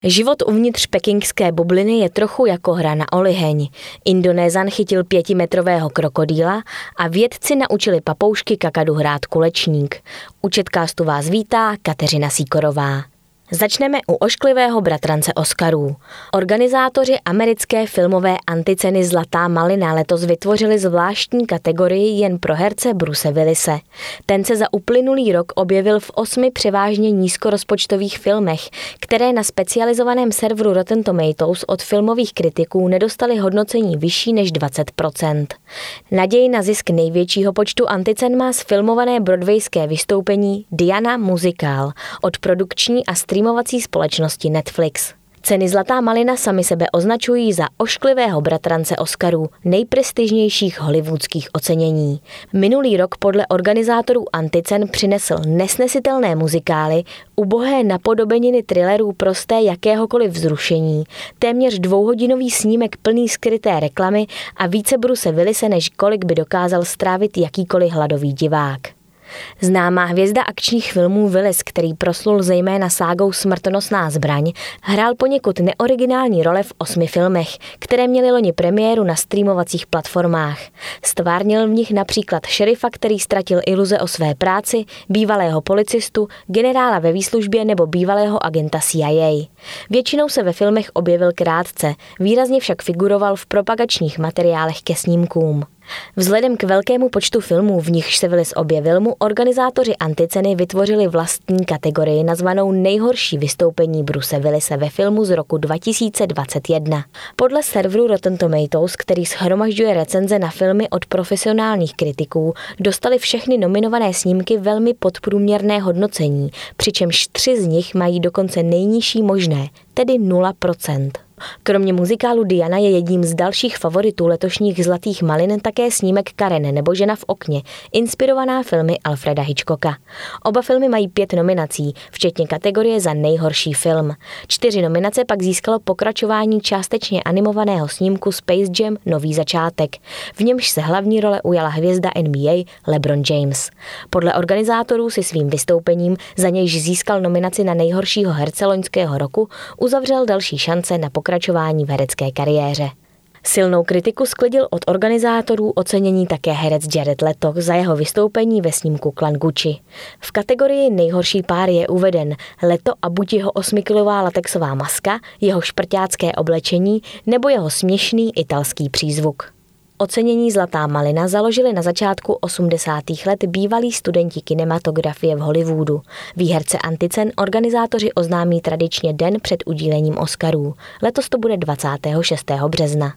Život uvnitř pekingské bubliny je trochu jako hra na oliheň. Indonézan chytil 5metrového krokodýla a vědci naučili papoušky kakadu hrát kulečník. U Četcastu vás vítá Kateřina Síkorová. Začneme u ošklivého bratrance Oscarů. Organizátoři americké filmové anticeny Zlatá malina letos vytvořili zvláštní kategorii jen pro herce Bruce Willise. Ten se za uplynulý rok objevil v 8 převážně nízkorozpočtových filmech, které na specializovaném serveru Rotten Tomatoes od filmových kritiků nedostaly hodnocení vyšší než 20%. Naději na zisk největšího počtu anticen má sfilmované broadwayské vystoupení Diana Muzikál od produkční a streamovací společnosti Netflix. Ceny Zlatá malina sami sebe označují za ošklivého bratrance Oscarů, nejprestižnějších hollywoodských ocenění. Minulý rok podle organizátorů anticen přinesl nesnesitelné muzikály, ubohé napodobeniny thrillerů prosté jakéhokoliv vzrušení, téměř 2hodinový snímek plný skryté reklamy a více Bruce Willise, než kolik by dokázal strávit jakýkoliv hladový divák. Známá hvězda akčních filmů Willis, který proslul zejména ságou Smrtonosná zbraň, hrál poněkud neoriginální role v 8 filmech, které měly loni premiéru na streamovacích platformách. Stvárnil v nich například šerifa, který ztratil iluze o své práci, bývalého policistu, generála ve výslužbě nebo bývalého agenta CIA. Většinou se ve filmech objevil krátce, výrazně však figuroval v propagačních materiálech ke snímkům. Vzhledem k velkému počtu filmů, v nichž se Willis objevil, mu organizátoři anticeny vytvořili vlastní kategorii nazvanou Nejhorší vystoupení Bruce Willise ve filmu z roku 2021. Podle serveru Rotten Tomatoes, který shromažďuje recenze na filmy od profesionálních kritiků, dostali všechny nominované snímky velmi podprůměrné hodnocení, přičemž 3 z nich mají dokonce nejnižší možné, tedy 0%. Kromě muzikálu Diana je jedním z dalších favoritů letošních Zlatých malin také snímek Karen nebo Žena v okně, inspirovaná filmy Alfreda Hitchcocka. Oba filmy mají 5 nominací, včetně kategorie za nejhorší film. 4 nominace pak získalo pokračování částečně animovaného snímku Space Jam Nový začátek, v němž se hlavní role ujala hvězda NBA LeBron James. Podle organizátorů si svým vystoupením, za nějž získal nominaci na nejhoršího herce loňského roku, uzavřel další šance na pokračování v herecké kariéře. Silnou kritiku sklidil od organizátorů ocenění také herec Jared Leto za jeho vystoupení ve snímku Klan Gucci. V kategorii nejhorší pár je uveden Leto a buď jeho 8kilová latexová maska, jeho šprťácké oblečení nebo jeho směšný italský přízvuk. Ocenění Zlatá malina založili na začátku 80. let bývalí studenti kinematografie v Hollywoodu. Výherce anticen organizátoři oznámí tradičně den před udílením Oscarů. Letos to bude 26. března.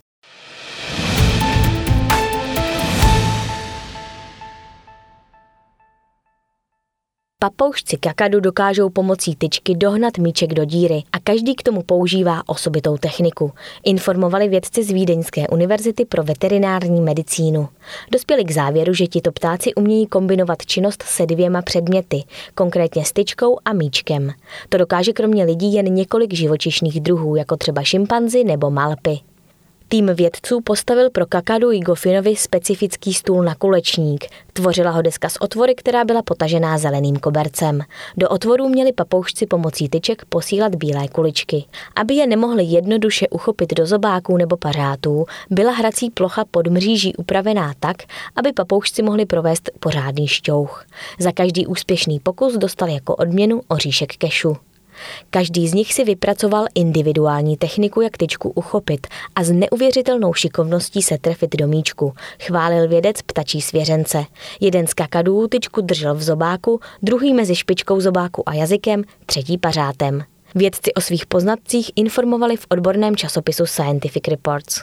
Papoušci kakadu dokážou pomocí tyčky dohnat míček do díry a každý k tomu používá osobitou techniku, informovali vědci z Vídeňské univerzity pro veterinární medicínu. Dospěli k závěru, že tito ptáci umějí kombinovat činnost se 2 předměty, konkrétně s tyčkou a míčkem. To dokáže kromě lidí jen několik živočišných druhů, jako třeba šimpanzi nebo malpy. Tým vědců postavil pro kakadu Igofinovi specifický stůl na kulečník. Tvořila ho deska s otvory, která byla potažená zeleným kobercem. Do otvorů měli papoušci pomocí tyček posílat bílé kuličky. Aby je nemohli jednoduše uchopit do zobáků nebo pařátů, byla hrací plocha pod mříží upravená tak, aby papoušci mohli provést pořádný šťouch. Za každý úspěšný pokus dostal jako odměnu oříšek kešu. Každý z nich si vypracoval individuální techniku, jak tyčku uchopit a s neuvěřitelnou šikovností se trefit do míčku, chválil vědec ptačí svěřence. Jeden z kakadů tyčku držel v zobáku, druhý mezi špičkou zobáku a jazykem, třetí pařátem. Vědci o svých poznatcích informovali v odborném časopisu Scientific Reports.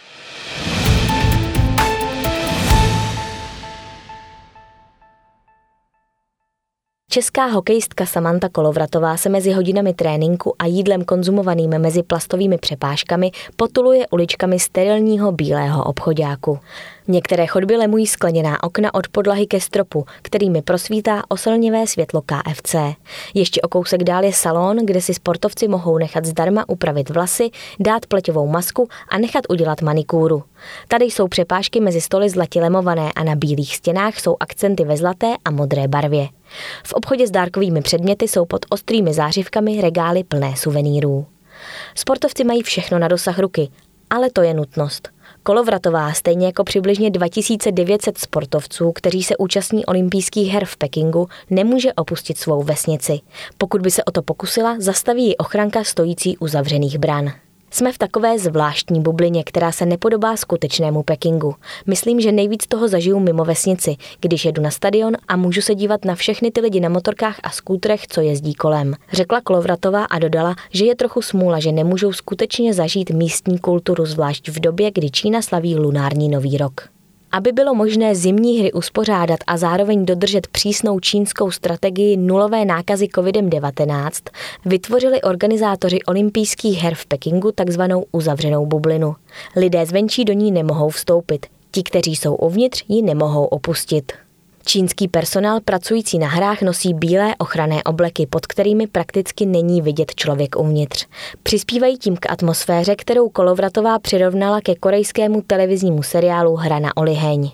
Česká hokejistka Samantha Kolovratová se mezi hodinami tréninku a jídlem konzumovaným mezi plastovými přepážkami potuluje uličkami sterilního bílého obchoďáku. Některé chodby lemují skleněná okna od podlahy ke stropu, kterými prosvítá oslnivé světlo KFC. Ještě o kousek dál je salon, kde si sportovci mohou nechat zdarma upravit vlasy, dát pleťovou masku a nechat udělat manikúru. Tady jsou přepážky mezi stoly zlatě lemované a na bílých stěnách jsou akcenty ve zlaté a modré barvě. V obchodě s dárkovými předměty jsou pod ostrými zářivkami regály plné suvenýrů. Sportovci mají všechno na dosah ruky, ale to je nutnost. Kolovratová, stejně jako přibližně 2900 sportovců, kteří se účastní olympijských her v Pekingu, nemůže opustit svou vesnici. Pokud by se o to pokusila, zastaví ji ochranka stojící u zavřených bran. Jsme v takové zvláštní bublině, která se nepodobá skutečnému Pekingu. Myslím, že nejvíc toho zažiju mimo vesnici, když jedu na stadion a můžu se dívat na všechny ty lidi na motorkách a skútrech, co jezdí kolem. Řekla Kolovratová a dodala, že je trochu smůla, že nemůžou skutečně zažít místní kulturu, zvlášť v době, kdy Čína slaví lunární nový rok. Aby bylo možné zimní hry uspořádat a zároveň dodržet přísnou čínskou strategii nulové nákazy COVID-19, vytvořili organizátoři olympijských her v Pekingu takzvanou uzavřenou bublinu. Lidé zvenčí do ní nemohou vstoupit, ti, kteří jsou uvnitř, ji nemohou opustit. Čínský personál pracující na hrách nosí bílé ochranné obleky, pod kterými prakticky není vidět člověk uvnitř. Přispívají tím k atmosféře, kterou Kolovratová přirovnala ke korejskému televiznímu seriálu Hra na oliheň.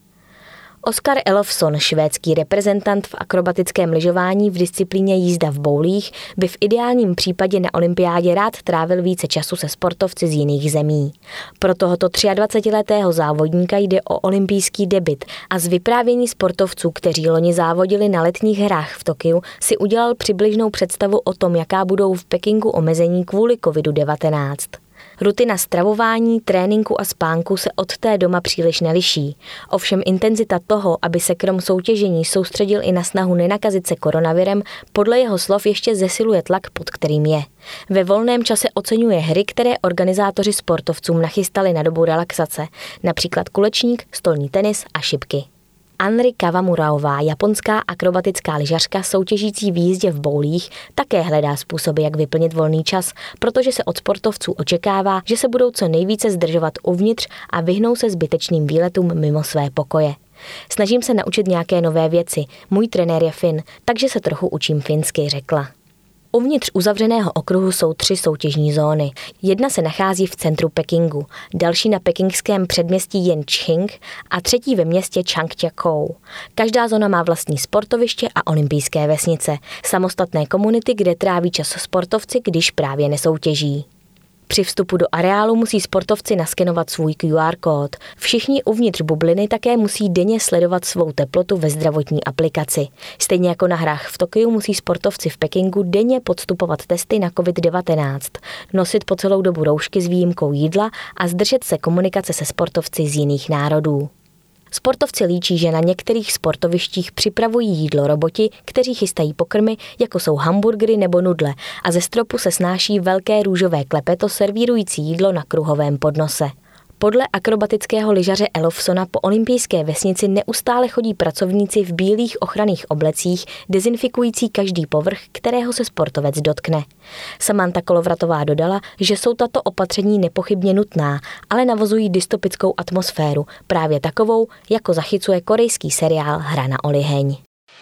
Oskar Elofsson, švédský reprezentant v akrobatickém lyžování v disciplíně jízda v boulích, by v ideálním případě na olympiádě rád trávil více času se sportovci z jiných zemí. Pro tohoto 23letého závodníka jde o olympijský debut a z vyprávění sportovců, kteří loni závodili na letních hrách v Tokiu, si udělal přibližnou představu o tom, jaká budou v Pekingu omezení kvůli COVID-19. Rutina stravování, tréninku a spánku se od té doma příliš neliší. Ovšem intenzita toho, aby se krom soutěžení soustředil i na snahu nenakazit se koronavirem, podle jeho slov ještě zesiluje tlak, pod kterým je. Ve volném čase oceňuje hry, které organizátoři sportovcům nachystali na dobu relaxace, například kulečník, stolní tenis a šipky. Anri Kawamuraová, japonská akrobatická lyžařka soutěžící v jízdě v boulích, také hledá způsoby, jak vyplnit volný čas, protože se od sportovců očekává, že se budou co nejvíce zdržovat uvnitř a vyhnou se zbytečným výletům mimo své pokoje. Snažím se naučit nějaké nové věci, můj trenér je Fin, takže se trochu učím finsky, řekla. Uvnitř uzavřeného okruhu jsou 3 soutěžní zóny. Jedna se nachází v centru Pekingu, další na pekingském předměstí Yenching a třetí ve městě Changjiakou. Každá zóna má vlastní sportoviště a olympijské vesnice, samostatné komunity, kde tráví čas sportovci, když právě nesoutěží. Při vstupu do areálu musí sportovci naskenovat svůj QR kód. Všichni uvnitř bubliny také musí denně sledovat svou teplotu ve zdravotní aplikaci. Stejně jako na hrách v Tokiu musí sportovci v Pekingu denně podstupovat testy na COVID-19, nosit po celou dobu roušky s výjimkou jídla a zdržet se komunikace se sportovci z jiných národů. Sportovci líčí, že na některých sportovištích připravují jídlo roboti, kteří chystají pokrmy, jako jsou hamburgery nebo nudle, a ze stropu se snáší velké růžové klepeto servírující jídlo na kruhovém podnose. Podle akrobatického lyžaře Elofssona po olympijské vesnici neustále chodí pracovníci v bílých ochranných oblecích, dezinfikující každý povrch, kterého se sportovec dotkne. Samantha Kolovratová dodala, že jsou tato opatření nepochybně nutná, ale navozují dystopickou atmosféru, právě takovou, jako zachycuje korejský seriál Hra na oliheň.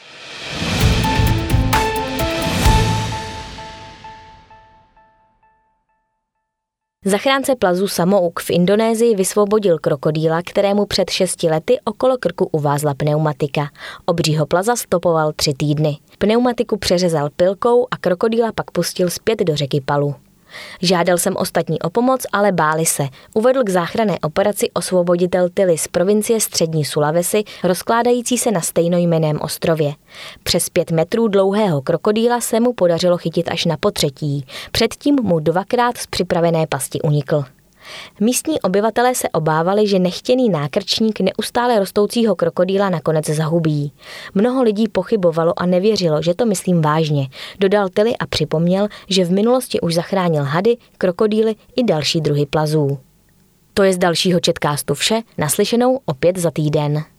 Zachránce plazů Samouk v Indonésii vysvobodil krokodýla, kterému před 6 lety okolo krku uvázla pneumatika. Obřího plaza stopoval 3 týdny. Pneumatiku přeřezal pilkou a krokodýla pak pustil zpět do řeky Palu. Žádal jsem ostatní o pomoc, ale báli se, uvedl k záchranné operaci osvoboditel Tili z provincie Střední Sulawesi, rozkládající se na stejnojmenném ostrově. Přes 5 metrů dlouhého krokodýla se mu podařilo chytit až na potřetí. Předtím mu 2krát z připravené pasti unikl. Místní obyvatelé se obávali, že nechtěný nákrčník neustále rostoucího krokodýla nakonec zahubí. Mnoho lidí pochybovalo a nevěřilo, že to myslím vážně, dodal Tilly a připomněl, že v minulosti už zachránil hady, krokodýly i další druhy plazů. To je z dalšího Chatcastu vše, naslyšenou opět za týden.